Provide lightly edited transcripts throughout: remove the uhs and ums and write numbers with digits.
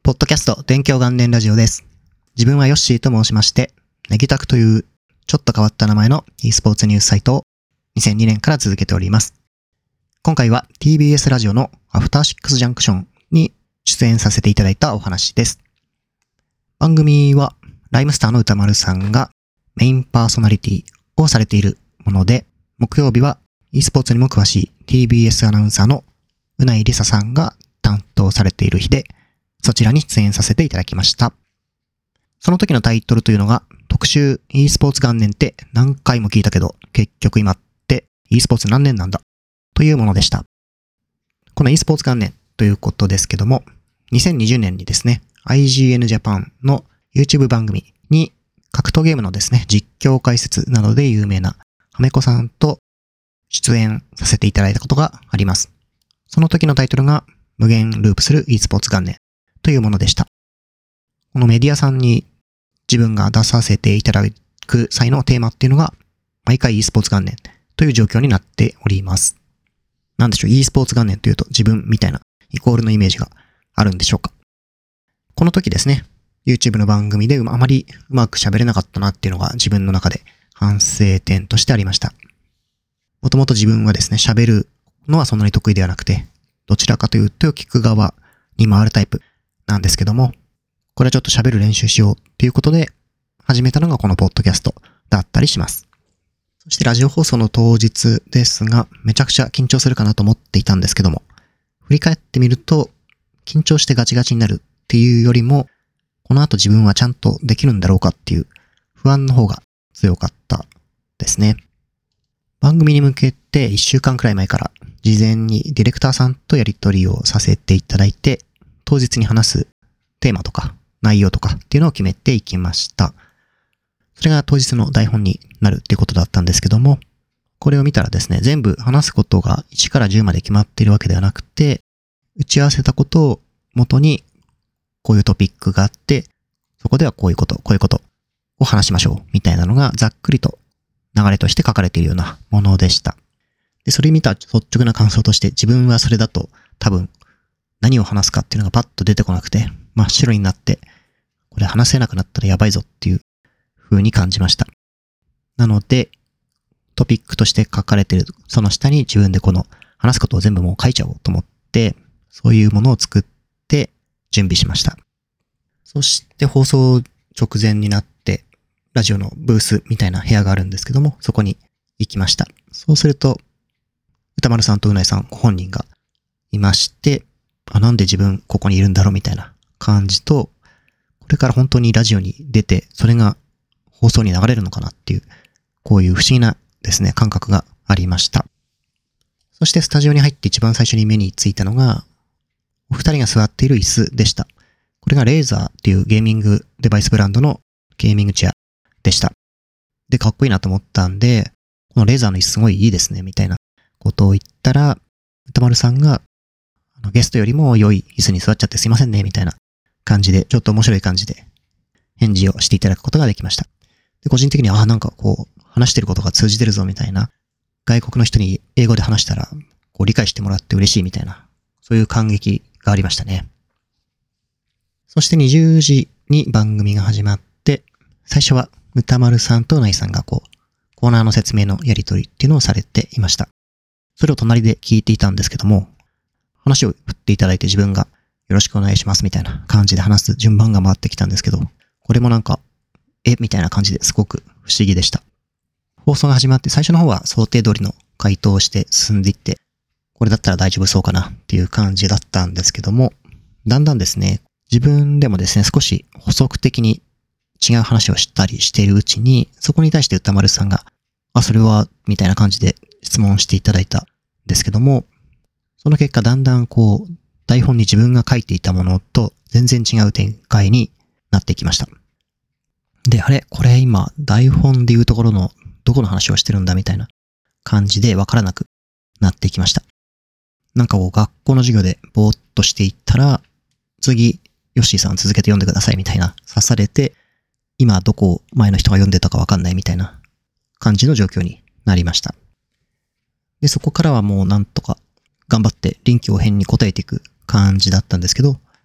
ポッドキャスト勉強元年ラジオです。自分はヨッシーと申しまして、ネギタクというちょっと変わった名前の e スポーツニュースサイトを2002年から続けております。今回は TBS ラジオのアフターシックスジャンクションに出演させていただいたお話です。番組はライムスターの歌丸さんがメインパーソナリティをされているもので、木曜日は e スポーツにも詳しい TBS アナウンサーのうないりささんが担当されている日で、そちらに出演させていただきました。その時のタイトルというのが、特集 e スポーツ元年って何回も聞いたけど、結局今って e スポーツ何年なんだというものでした。この e スポーツ元年ということですけども、2020年にですね、IGN Japan の YouTube 番組に格闘ゲームのですね、実況解説などで有名なはめこさんと出演させていただいたことがあります。その時のタイトルが無限ループする e スポーツ元年というものでした。このメディアさんに自分が出させていただく際のテーマっていうのが毎回 e スポーツ元年という状況になっております。なんでしょう、e スポーツ元年というと自分みたいなイコールのイメージがあるんでしょうか。この時ですね、YouTube の番組であまりうまく喋れなかったなっていうのが自分の中で反省点としてありました。もともと自分はですね、喋るのはそんなに得意ではなくて、どちらかというと聞く側に回るタイプなんですけども、これはちょっと喋る練習しようっていうことで始めたのがこのポッドキャストだったりします。そしてラジオ放送の当日ですが、めちゃくちゃ緊張するかなと思っていたんですけども、振り返ってみると緊張してガチガチになるっていうよりも、この後自分はちゃんとできるんだろうかっていう不安の方が強かったですね。番組に向けて1週間くらい前から事前にディレクターさんとやり取りをさせていただいて、当日に話すテーマとか内容とかっていうのを決めていきました。それが当日の台本になるっていうことだったんですけども、これを見たらですね、全部話すことが1から10まで決まっているわけではなくて、打ち合わせたことを元にこういうトピックがあって、そこではこういうことを話しましょうみたいなのがざっくりと流れとして書かれているようなものでした。で、それ見た率直な感想として自分はそれだと多分何を話すかっていうのがパッと出てこなくて真っ白になって、これ話せなくなったらやばいぞっていう風に感じました。なので、トピックとして書かれているその下に自分でこの話すことを全部もう書いちゃおうと思って、そういうものを作って準備しました。そして放送直前になって、ラジオのブースみたいな部屋があるんですけども、そこに行きました。そうすると、歌丸さんとうないさんご本人がいまして、なんで自分ここにいるんだろうみたいな感じと、これから本当にラジオに出て、それが放送に流れるのかなっていう、こういう不思議なですね、感覚がありました。そしてスタジオに入って一番最初に目についたのが、お二人が座っている椅子でした。これがレーザーっていうゲーミングデバイスブランドのゲーミングチェアでした。で、かっこいいなと思ったんで、このレーザーの椅子すごいいいですね、みたいなことを言ったら、歌丸さんが、ゲストよりも良い椅子に座っちゃってすいませんね、みたいな感じで、ちょっと面白い感じで返事をしていただくことができました。で、個人的には、なんかこう、話してることが通じてるぞ、みたいな、外国の人に英語で話したら、こう理解してもらって嬉しいみたいな、そういう感激がありましたね。そして20時に番組が始まって、最初は歌丸さんとうないさんがこう、コーナーの説明のやり取りっていうのをされていました。それを隣で聞いていたんですけども、話を振っていただいて自分がよろしくお願いしますみたいな感じで話す順番が回ってきたんですけど、これもなんか、みたいな感じですごく不思議でした。放送が始まって最初の方は想定通りの回答をして進んでいって、これだったら大丈夫そうかなっていう感じだったんですけども、だんだんですね、自分でもですね、少し補足的に違う話をしたりしているうちに、そこに対して歌丸さんが、それは、みたいな感じで質問していただいたんですけども、その結果だんだんこう、台本に自分が書いていたものと全然違う展開になっていきました。で、これ今、台本でいうところのどこの話をしてるんだみたいな感じでわからなくなっていきました。なんかこう、学校の授業でぼーっとしていったら、次、ヨッシーさん続けて読んでくださいみたいな刺されて、今どこ前の人が読んでたかわかんないみたいな感じの状況になりました。で、そこからはもうなんとか頑張って臨機応変に答えていく感じだったんですけど、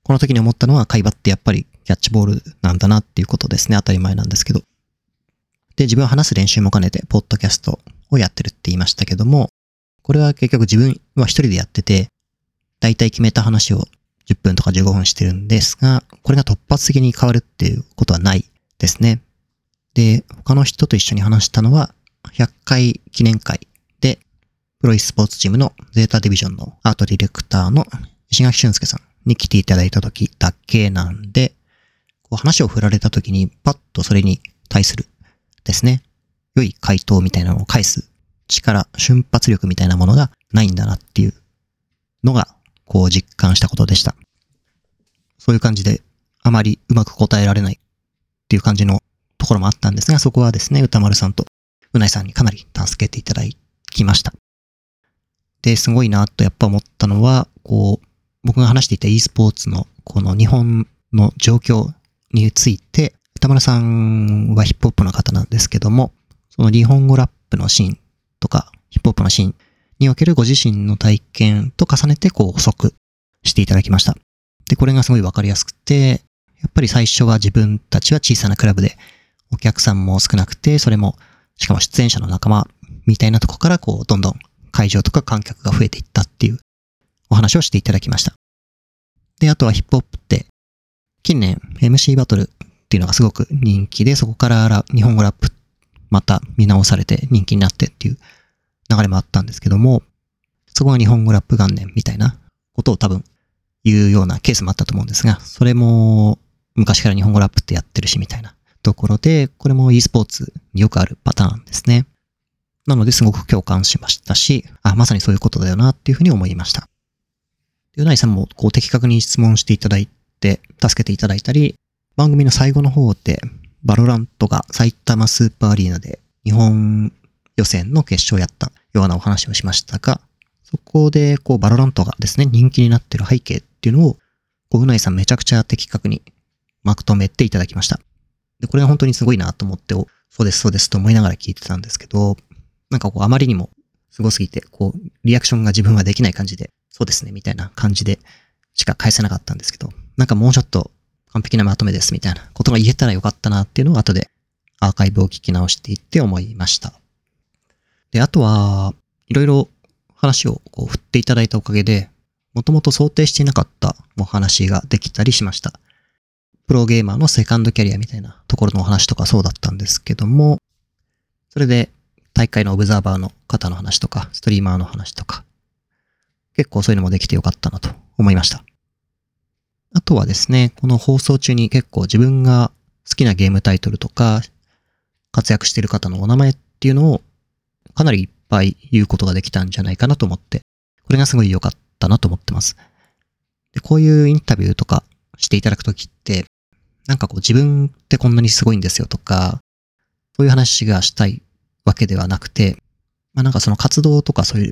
この時に思ったのは、会話ってやっぱりキャッチボールなんだなっていうことですね。当たり前なんですけど。で、自分は話す練習も兼ねて、ポッドキャストをやってるって言いましたけども、これは結局自分は一人でやってて、だいたい決めた話を10分とか15分してるんですが、これが突発的に変わるっていうことはないですね。で、他の人と一緒に話したのは、100回記念会で、プロイスポーツチームのゼータディビジョンのアートディレクターの石垣俊介さんに来ていただいた時だけなんで、こう話を振られた時にパッとそれに対するですね、良い回答みたいなのを返す力、瞬発力みたいなものがないんだなっていうのが、こう実感したことでした。そういう感じで、あまりうまく答えられないっていう感じのところもあったんですが、そこはですね、歌丸さんとうないさんにかなり助けていただきました。で、すごいなとやっぱ思ったのは、こう、僕が話していた e スポーツのこの日本の状況について、歌丸さんはヒップホップの方なんですけども、その日本語ラップのシーンとか、ヒップホップのシーンにおけるご自身の体験と重ねてこう補足していただきました。で、これがすごいわかりやすくて、やっぱり最初は自分たちは小さなクラブで、お客さんも少なくて、それも、しかも出演者の仲間みたいなとこからこう、どんどん会場とか観客が増えていったっていうお話をしていただきました。で、あとはヒップホップって、近年 MC バトルっていうのがすごく人気で、そこから日本語ラップまた見直されて人気になってっていう流れもあったんですけども、そこが日本語ラップ元年みたいなことを多分言うようなケースもあったと思うんですが、それも昔から日本語ラップってやってるしみたいなところで、これも e スポーツによくあるパターンですね。なのですごく共感しましたし、まさにそういうことだよなっていうふうに思いました。うないさんもこう的確に質問していただいて、助けていただいたり、番組の最後の方で、バロラントが埼玉スーパーアリーナで日本予選の決勝をやったようなお話をしましたが、そこでこうバロラントがですね、人気になっている背景っていうのを、うないさんめちゃくちゃ的確にまとめていただきました。で、これが本当にすごいなと思って、そうですそうですと思いながら聞いてたんですけど、なんかこうあまりにもすごすぎて、こうリアクションが自分はできない感じで、そうですねみたいな感じでしか返せなかったんですけど、なんかもうちょっと完璧なまとめですみたいなことが言えたらよかったなっていうのを後でアーカイブを聞き直していって思いました。で、あとはいろいろ話をこう振っていただいたおかげで、もともと想定していなかったお話ができたりしました。プロゲーマーのセカンドキャリアみたいなところのお話とかそうだったんですけども、それで大会のオブザーバーの方の話とか、ストリーマーの話とか、結構そういうのもできてよかったなと思いました。あとはですね、この放送中に結構自分が好きなゲームタイトルとか、活躍している方のお名前っていうのをかなりいっぱい言うことができたんじゃないかなと思って、これがすごい良かったなと思ってます。で、こういうインタビューとかしていただくときって、なんかこう自分ってこんなにすごいんですよとか、そういう話がしたいわけではなくて、なんかその活動とかそういう、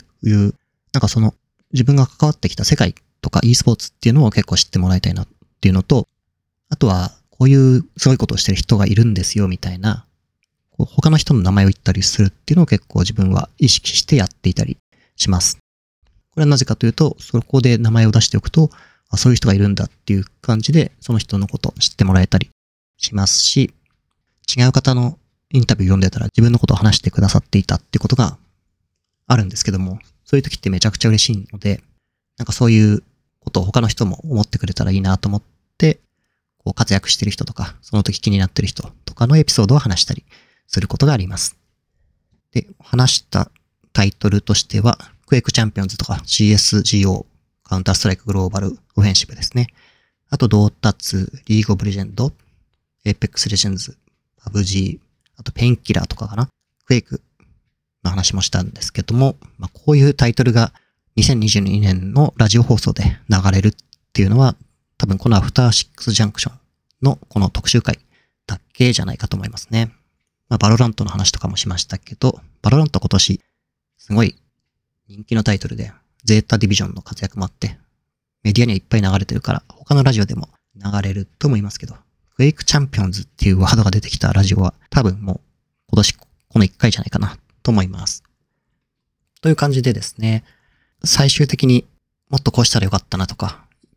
なんかその自分が関わってきた世界とか e スポーツっていうのを結構知ってもらいたいなっていうのと、あとはこういうすごいことをしてる人がいるんですよみたいな、他の人の名前を言ったりするっていうのを結構自分は意識してやっていたりします。これはなぜかというと、そこで名前を出しておくと、そういう人がいるんだっていう感じで、その人のことを知ってもらえたりしますし、違う方のインタビュー読んでたら自分のことを話してくださっていたっていうことがあるんですけども、そういう時ってめちゃくちゃ嬉しいので、なんかそういうことを他の人も思ってくれたらいいなと思って、こう活躍してる人とか、その時気になってる人とかのエピソードを話したりすることがあります。で、話したタイトルとしては、クエイクチャンピオンズとか CSGO、カウンターストライクグローバルオフェンシブですね。あと、ドータツ、リーグオブレジェンド、エイペックスレジェンズ、パブ G、あとペインキラーとかかな。クエイクの話もしたんですけども、こういうタイトルが2022年のラジオ放送で流れるっていうのは、多分このアフターシックスジャンクションのこの特集会だけじゃないかと思いますね。バロラントの話とかもしましたけど、バロラント今年すごい人気のタイトルで、ゼータディビジョンの活躍もあって、メディアにはいっぱい流れてるから、他のラジオでも流れると思いますけど、クエイクチャンピオンズっていうワードが出てきたラジオは多分もう今年この1回じゃないかなと思います。という感じでですね、最終的にもっとこうしたらよかったなとか、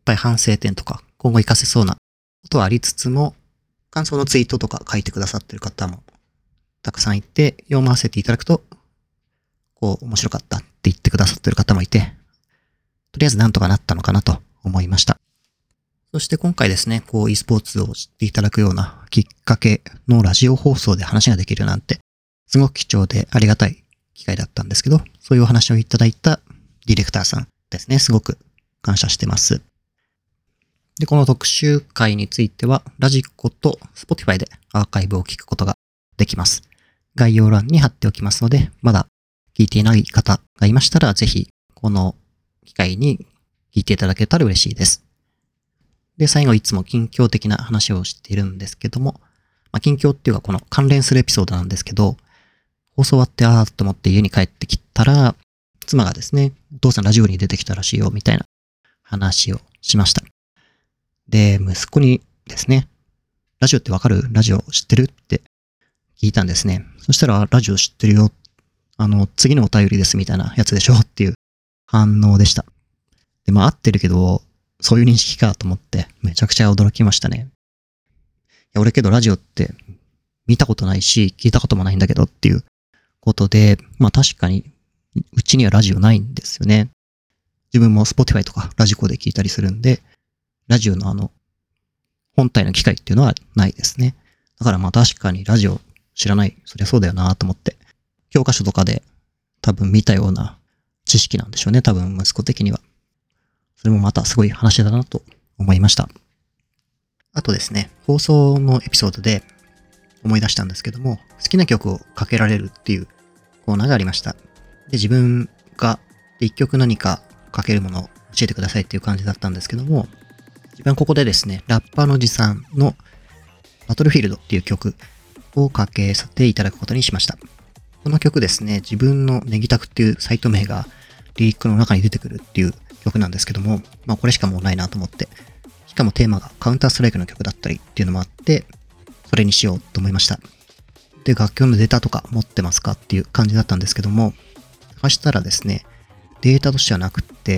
ぱい反省点とか今後活かせそうなことはありつつも、感想のツイートとか書いてくださってる方もたくさんいて、読ませていただくと、面白かったって言ってくださってる方もいて、とりあえずなんとかなったのかなと思いました。そして今回ですね、e スポーツを知っていただくようなきっかけのラジオ放送で話ができるなんて、すごく貴重でありがたい機会だったんですけど、そういうお話をいただいたディレクターさんですね、すごく感謝してます。で、この特集会については、ラジコと Spotify でアーカイブを聞くことができます。概要欄に貼っておきますので、まだ聞いていない方がいましたら、ぜひこの機会に聞いていただけたら嬉しいです。で、最後いつも近況的な話をしているんですけども、近況っていうかこの関連するエピソードなんですけど、放送終わってと思って家に帰ってきたら、妻がですね、お父さんラジオに出てきたらしいよ、みたいな話をしました。で、息子にですね、ラジオってわかる？ラジオ知ってる？って聞いたんですね。そしたら、ラジオ知ってるよ。次のお便りですみたいなやつでしょっていう反応でした。で、合ってるけど、そういう認識かと思って、めちゃくちゃ驚きましたね。俺けどラジオって見たことないし、聞いたこともないんだけどっていうことで、確かに、うちにはラジオないんですよね。自分も Spotify とかラジコで聞いたりするんで、ラジオの本体の機械っていうのはないですね。だから確かにラジオ知らない。そりゃそうだよなと思って。教科書とかで多分見たような知識なんでしょうね。多分息子的には。それもまたすごい話だなと思いました。あとですね、放送のエピソードで思い出したんですけども、好きな曲をかけられるっていうコーナーがありました。で、自分が一曲何かかけるものを教えてくださいっていう感じだったんですけども、自分はここでですね、ラッパーのじさんのバトルフィールドっていう曲をかけさせていただくことにしました。この曲ですね、自分のネギタクっていうサイト名がリリックの中に出てくるっていう曲なんですけども、これしかもうないなと思って、しかもテーマがカウンターストライクの曲だったりっていうのもあって、それにしようと思いました。で、楽曲のデータとか持ってますかっていう感じだったんですけども、探したらですね、データとしてはなくって、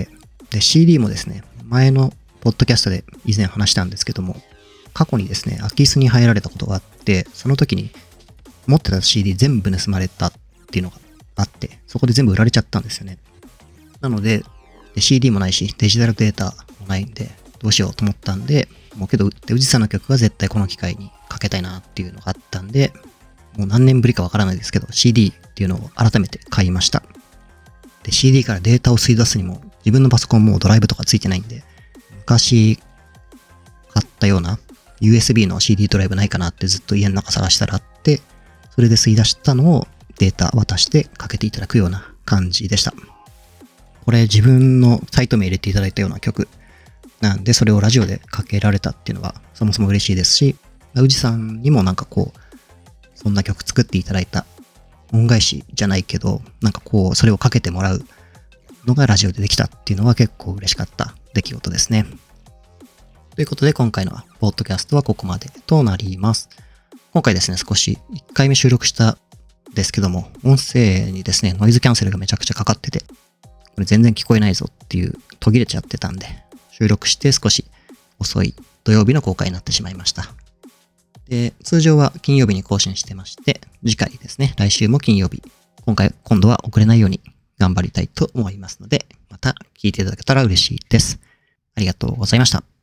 で、CD もですね、前のポッドキャストで以前話したんですけども、過去にですね、空き巣に入られたことがあって、その時に持ってた CD 全部盗まれたっていうのがあって、そこで全部売られちゃったんですよね。なので、CD もないし、デジタルデータもないんで、どうしようと思ったんで、もうけど、宇治さんの曲は絶対この機会にかけたいなっていうのがあったんで、もう何年ぶりかわからないですけど、CD っていうのを改めて買いました。で、CD からデータを吸い出すにも、自分のパソコンもドライブとかついてないんで、昔買ったような USB の CD ドライブないかなってずっと家の中探したらあって、それで吸い出したのをデータ渡してかけていただくような感じでした。これ自分のサイト名入れていただいたような曲なんで、それをラジオでかけられたっていうのはそもそも嬉しいですし、宇治さんにもそんな曲作っていただいた恩返しじゃないけど、それをかけてもらうのがラジオでできたっていうのは結構嬉しかった出来事ですね。ということで今回のポッドキャストはここまでとなります。今回ですね、少し1回目収録したんですけども、音声にですね、ノイズキャンセルがめちゃくちゃかかってて、これ全然聞こえないぞっていう途切れちゃってたんで、収録して少し遅い土曜日の公開になってしまいました。で、通常は金曜日に更新してまして、次回ですね、来週も金曜日、今度は遅れないように頑張りたいと思いますので、また聞いていただけたら嬉しいです。ありがとうございました。